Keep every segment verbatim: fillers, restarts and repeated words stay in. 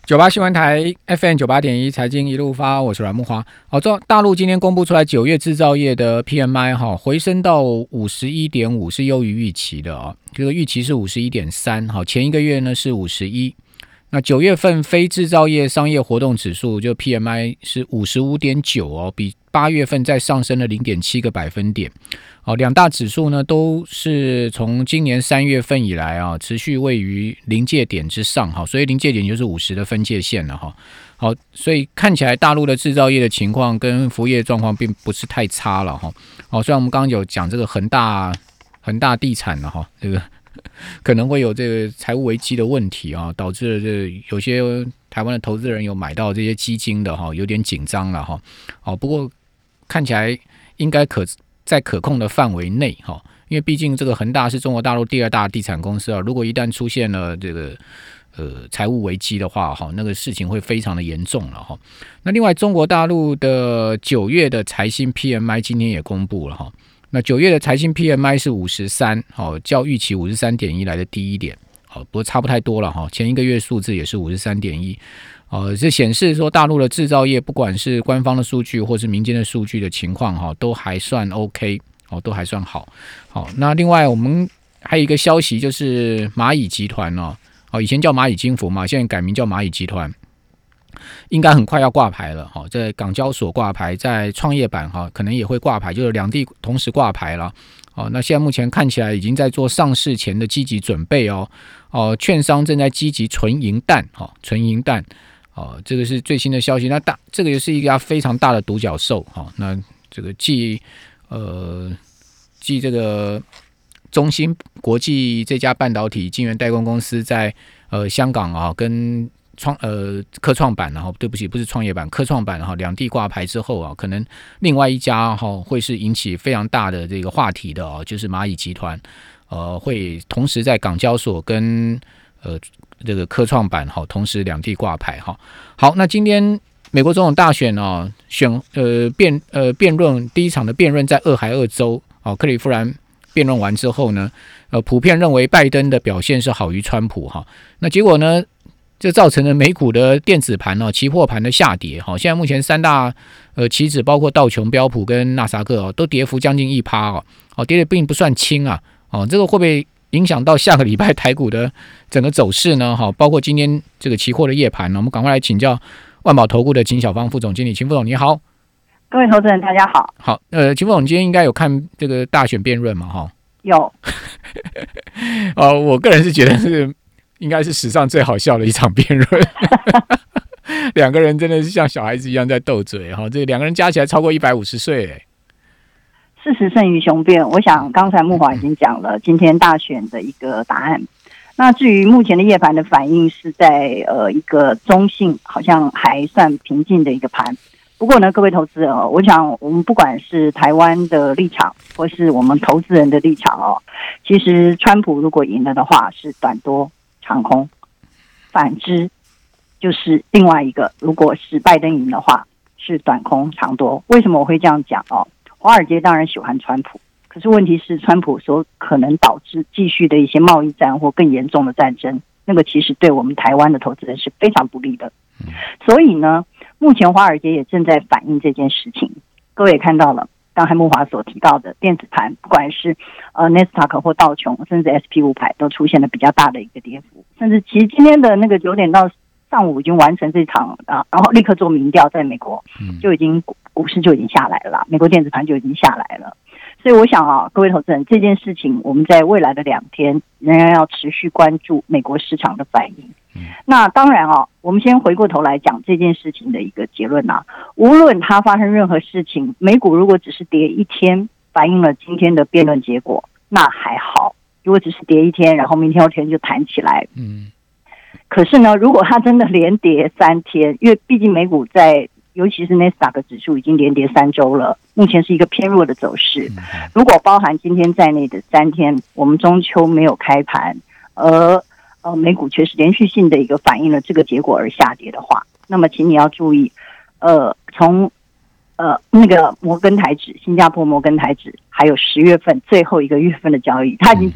九八新闻台 F M 九八点一财经一路发，我是阮木华。好，这大陆今天公布出来九月制造业的 P M I 哈，回升到五十一点五，是优于预期的啊。这个预期是五十一点三，好，前一个月呢是五十一。那九月份非制造业商业活动指数就 P M I 是五十五点九哦，比八月份再上升了零点七个百分点。哦，两大指数呢都是从今年三月份以来啊，持续位于临界点之上，哈，所以临界点就是五十的分界线了哈。好，所以看起来大陆的制造业的情况跟服务业状况并不是太差了哈。好，虽然我们刚刚有讲这个恒大恒大地产了哈，这个可能会有这个财务危机的问题啊，导致了这有些台湾的投资人有买到这些基金的哈，有点紧张了哈。好，不过看起来应该可。在可控的范围内，因为毕竟这个恒大是中国大陆第二大地产公司啊，如果一旦出现了这个呃财务危机的话，那个事情会非常的严重了哈。那另外，中国大陆的九月的财新 P M I 今天也公布了哈，那九月的财新 P M I 是五十三，较预期五十三点一来的低一点，不过差不太多了哈。前一个月数字也是五十三点一。呃，这显示说大陆的制造业，不管是官方的数据或是民间的数据的情况，哈，都还算 OK， 哦，都还算好。好，那另外我们还有一个消息，就是蚂蚁集团哦，哦，以前叫蚂蚁金服嘛，现在改名叫蚂蚁集团，应该很快要挂牌了哈，在港交所挂牌，在创业板哈可能也会挂牌，就是两地同时挂牌了。哦，那现在目前看起来已经在做上市前的积极准备哦。哦，券商正在积极存银弹，哈、哦，存银弹。哦，这个是最新的消息。那大这个也是一个非常大的独角兽哈、哦。那这个继呃继这个中芯国际这家半导体晶圆代工公司在呃香港啊跟创呃科创板，然后对不起不是创业板，科创板哈两地挂牌之后啊，可能另外一家哈、哦、会是引起非常大的这个话题的哦，就是蚂蚁集团呃会同时在港交所跟呃。这个科创板哈，同时两地挂牌哈。好，那今天美国总统大选哦，选呃辩呃辩论第一场的辩论在俄亥俄州哦，克利夫兰辩论完之后呢，呃普遍认为拜登的表现是好于川普哈。那结果呢，这造成了美股的电子盘哦，期货盘的下跌哈。现在目前三大呃期指包括道琼、标普跟纳斯达克哦，都跌幅将近一趴哦，哦跌的并不算轻啊哦，这个会不会影响到下个礼拜台股的整个走势呢？哈，包括今天这个期货的夜盘呢，我们赶快来请教万宝投顾的秦小芳副总经理。秦副总你好。 各位投资人大家好。 好，呃，秦副总今天应该有看这个大选辩论嘛？哈， 有。 哦，我个人是觉得是应该是史上最好笑的一场辩论。两个人真的是像小孩子一样在斗嘴哈，这两个人加起来超过一百五十岁哎。 事实胜于雄辩，我想刚才木华已经讲了今天大选的一个答案。那至于目前的夜盘的反应是在呃一个中性，好像还算平静的一个盘。不过呢，各位投资人哦，我想我们不管是台湾的立场，或是我们投资人的立场哦，其实川普如果赢了的话是短多长空，反之就是另外一个，如果是拜登赢的话是短空长多。为什么我会这样讲哦？华尔街当然喜欢川普，可是问题是川普所可能导致继续的一些贸易战或更严重的战争，那个其实对我们台湾的投资人是非常不利的。所以呢，目前华尔街也正在反映这件事情。各位也看到了，刚才木华所提到的电子盘，不管是呃 Nasdaq 或道琼，甚至 S P 五百都出现了比较大的一个跌幅，甚至其实今天的那个九点到上午已经完成这场啊，然后立刻做民调，在美国就已经股市就已经下来了啦，美国电子盘就已经下来了。所以我想啊，各位投资人，这件事情我们在未来的两天仍然要持续关注美国市场的反应。那当然啊，我们先回过头来讲这件事情的一个结论啊，无论它发生任何事情，美股如果只是跌一天，反映了今天的辩论结果，那还好；如果只是跌一天，然后明天后天就弹起来，嗯。可是呢，如果它真的连跌三天，因为毕竟美股在尤其是 Nasdaq 指数已经连跌三周了，目前是一个偏弱的走势。如果包含今天在内的三天，我们中秋没有开盘，而呃美股却是连续性的一个反映了这个结果而下跌的话，那么请你要注意，呃，从呃那个摩根台指、新加坡摩根台指，还有十月份最后一个月份的交易，它已经在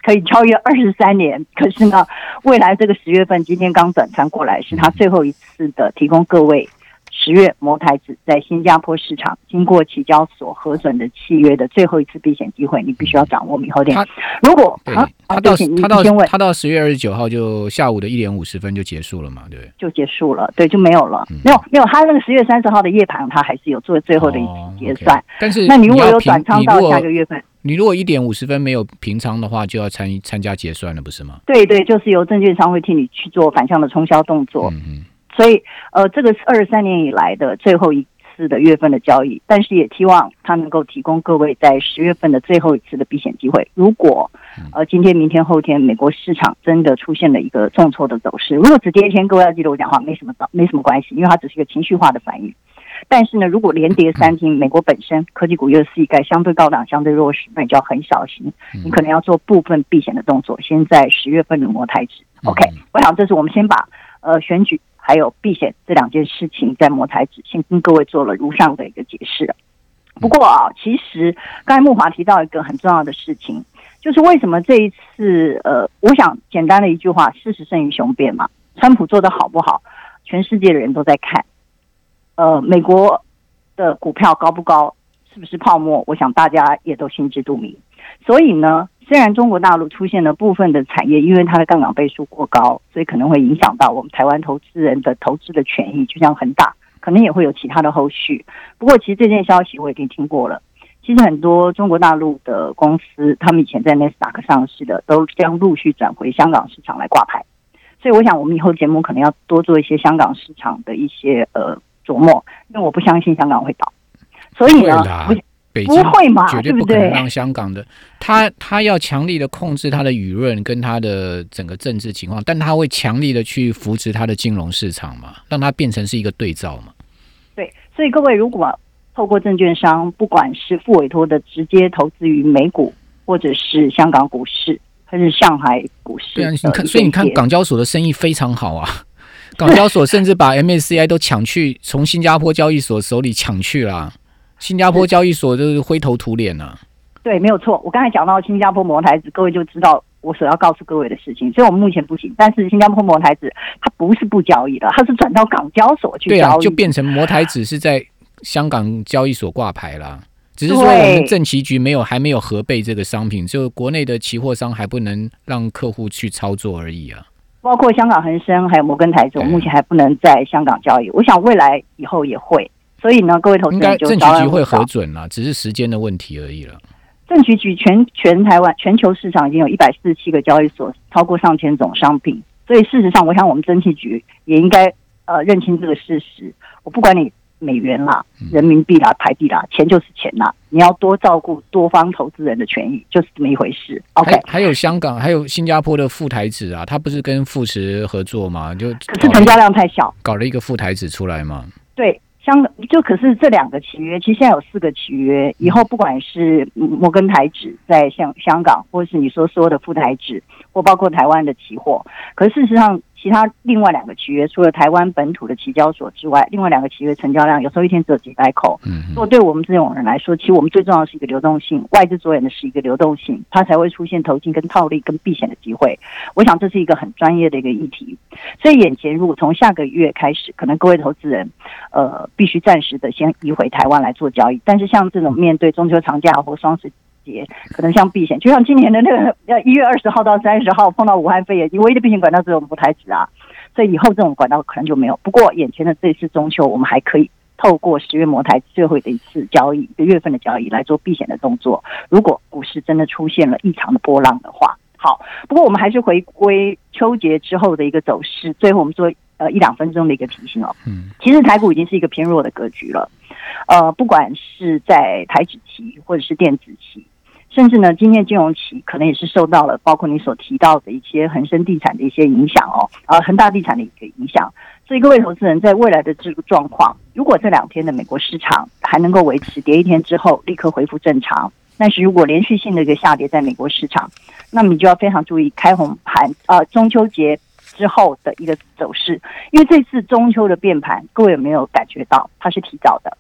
可以超越二十三年。可是呢，未来这个十月份，今天刚转传过来，是他最后一次的提供各位十月摩台指在新加坡市场经过期交所核准的契约的最后一次避险机会，你必须要掌握明后天。如果啊，他到他到他到十月二十九号就下午的一点五十分就结束了嘛，对不对？ 就结束了，对，就没有了，嗯、没有没有，他那个十月三十号的夜盘，他还是有做最后的一次结算。哦 okay、但是那你如果有转仓到下个月份， 你如果一点五十分没有平仓的话，就要参参加结算了，不是吗？ 对对，就是由证券商会替你去做反向的冲销动作。嗯嗯。所以，呃，这个是二十三年以来的最后一次的月份的交易，但是也希望它能够提供各位在十月份的最后一次的避险机会。如果，呃，今天、明天、后天，美国市场真的出现了一个重挫的走势，如果只跌一天，各位要记得我讲话，没什么没什么关系，因为它只是一个情绪化的反应。但是呢，如果连跌三天，美国本身科技股又是一个相对高档、相对弱势，那你就要很小心，你可能要做部分避险的动作。先在十月份的摩台指 ，OK， 我想这是我们先把呃选举还有避险这两件事情在摩台指先跟各位做了如上的一个解释。不过啊，其实刚才慕华提到一个很重要的事情，就是为什么这一次呃，我想简单的一句话，事实胜于雄辩嘛。川普做的好不好，全世界的人都在看。呃，美国的股票高不高，是不是泡沫？我想大家也都心知肚明。所以呢，虽然中国大陆出现了部分的产业，因为它的杠杆倍数过高，所以可能会影响到我们台湾投资人的投资的权益，就像恒大，可能也会有其他的后续。不过，其实这件消息我已经听过了。其实很多中国大陆的公司，他们以前在纳斯达克上市的，都将陆续转回香港市场来挂牌。所以，我想我们以后节目可能要多做一些香港市场的一些呃琢磨，因为我不相信香港会倒。所以呢， 北京绝对不可能让香港的，他他要强力的控制他的舆论跟他的整个政治情况，但他会强力的去扶持他的金融市场嘛，让它变成是一个对照嘛。 对，所以各位如果透过证券商，不管是副委托的直接投资于美股，或者是香港股市，还是上海股市， 对啊，你看，所以你看港交所的生意非常好啊。港交所甚至把 M S C I 都抢去，从新加坡交易所手里抢去了。新加坡交易所就是灰头土脸啊。 对，没有错。我刚才讲到新加坡摩台指，各位就知道我所要告诉各位的事情。所以我们目前不行，但是新加坡摩台指它不是不交易了，它是转到港交所去交易。 对啊，就变成摩台指是在香港交易所挂牌啦。只是说我们证期局没有还没有核备这个商品，就国内的期货商还不能让客户去操作而已啊。 包括香港恒生还有摩根台指，目前还不能在香港交易。我想未来以后也会，所以呢，各位投资人就应该证局局会核准啦，只是时间的问题而已了。 证局局全全台湾全球市场已经有一百四十七个交易所，超过上千种商品，所以事实上，我想我们证期局也应该呃认清这个事实。我不管你美元啦、人民币啦、台币啦，钱就是钱啦，你要多照顾多方投资人的权益，就是这么一回事。OK， 还, 还有香港，还有新加坡的副台指啊，他不是跟富时合作吗？就可是成交量太小， 搞了一个副台指出来嘛。 对，香港就可是这两个契约，其实现在有四个契约，以后不管是摩根台指在香香港，或是你说所有的副台指，或包括台湾的期货，可是事实上。其他另外两个契约，除了台湾本土的期交所之外，另外两个契约成交量有时候一天只有几百口。嗯，所以对我们这种人来说，其实我们最重要的是一个流动性，外资着眼的是一个流动性，它才会出现投进跟套利跟避险的机会。我想这是一个很专业的一个议题。所以眼前如果从下个月开始，可能各位投资人呃必须暂时的先移回台湾来做交易，但是像这种面对中秋长假或双十节，可能像避险，就像今年的那个要一月二十号到三十号碰到武汉肺炎，你唯一的避险管道只有摩台指啊，所以以后这种管道可能就没有。不过眼前的这次中秋，我们还可以透过十月摩台最后的一次交易，一个月份的交易来做避险的动作。如果股市真的出现了异常的波浪的话，好，不过我们还是回归秋节之后的一个走势。最后我们做呃一两分钟的一个提醒哦，嗯，其实台股已经是一个偏弱的格局了，呃，不管是在台指期或者是电子期。甚至呢，今天金融期可能也是受到了包括你所提到的一些恒生地产的一些影响哦，呃，恒大地产的一个影响。所以各位投资人在未来的这个状况，如果这两天的美国市场还能够维持跌一天之后立刻恢复正常，但是如果连续性的一个下跌在美国市场，那么你就要非常注意开红盘呃中秋节之后的一个走势，因为这次中秋的变盘，各位有没有感觉到它是提早的？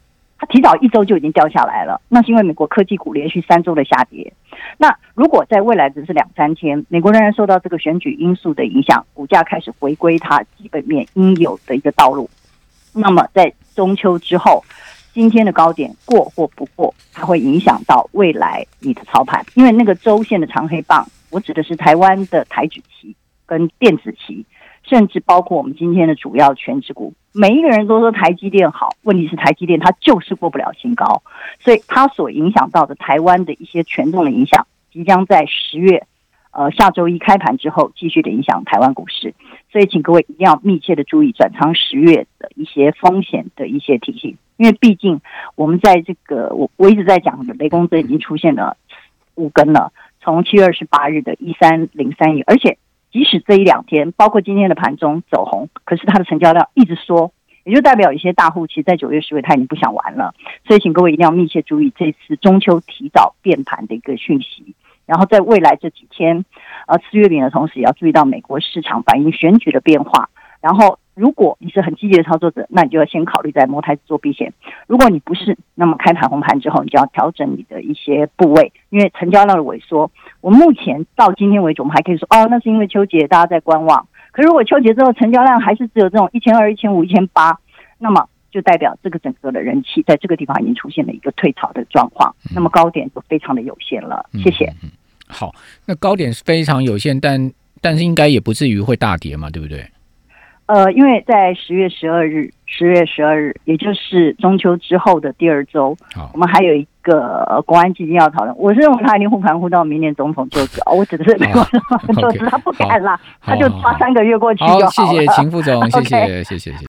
它提早一周就已经掉下来了，那是因为美国科技股连续三周的下跌。那如果在未来只是两三天，美国仍然受到这个选举因素的影响，股价开始回归它基本面应有的一个道路，那么在中秋之后，今天的高点过或不过，它会影响到未来你的操盘，因为那个周线的长黑棒，我指的是台湾的台指期跟电子期，甚至包括我们今天的主要权值股，每一个人都说台积电好，问题是台积电它就是过不了新高，所以它所影响到的台湾的一些权重的影响，即将在十月呃下周一开盘之后继续的影响台湾股市，所以请各位一定要密切的注意转仓十月的一些风险的一些提醒，因为毕竟我们在这个我我一直在讲的雷公针已经出现了五根了，从七月二十八日的一三零三一，而且即使这一两天，包括今天的盘中走红，可是它的成交量一直缩，也就代表有一些大户其实在九月十月他已经不想玩了，所以请各位一定要密切注意这次中秋提早变盘的一个讯息。然后在未来这几天，呃，吃月饼的同时，也要注意到美国市场反映选举的变化。然后，如果你是很积极的操作者，那你就要先考虑在摩台做避险；如果你不是，那么开盘红盘之后，你就要调整你的一些部位，因为成交量的萎缩。我目前到今天为止，我们还可以说，哦，那是因为秋节大家在观望。可是如果秋节之后成交量还是只有这种一千二、一千五、一千八，那么就代表这个整个的人气在这个地方已经出现了一个退潮的状况，那么高点就非常的有限了。谢谢。 嗯嗯嗯、好，那高点是非常有限，但但是应该也不至于会大跌嘛，对不对？ 呃，因为在十月十二日，十月十二日，也就是中秋之后的第二周，我们还有一个、呃、国安基金要讨论。我是认为他一定护盘护到明年总统就职，哦、我指的是美国总统就职，他不敢啦，他就抓三个月过去就好了。 好，谢谢秦副总，谢谢，谢谢，谢谢。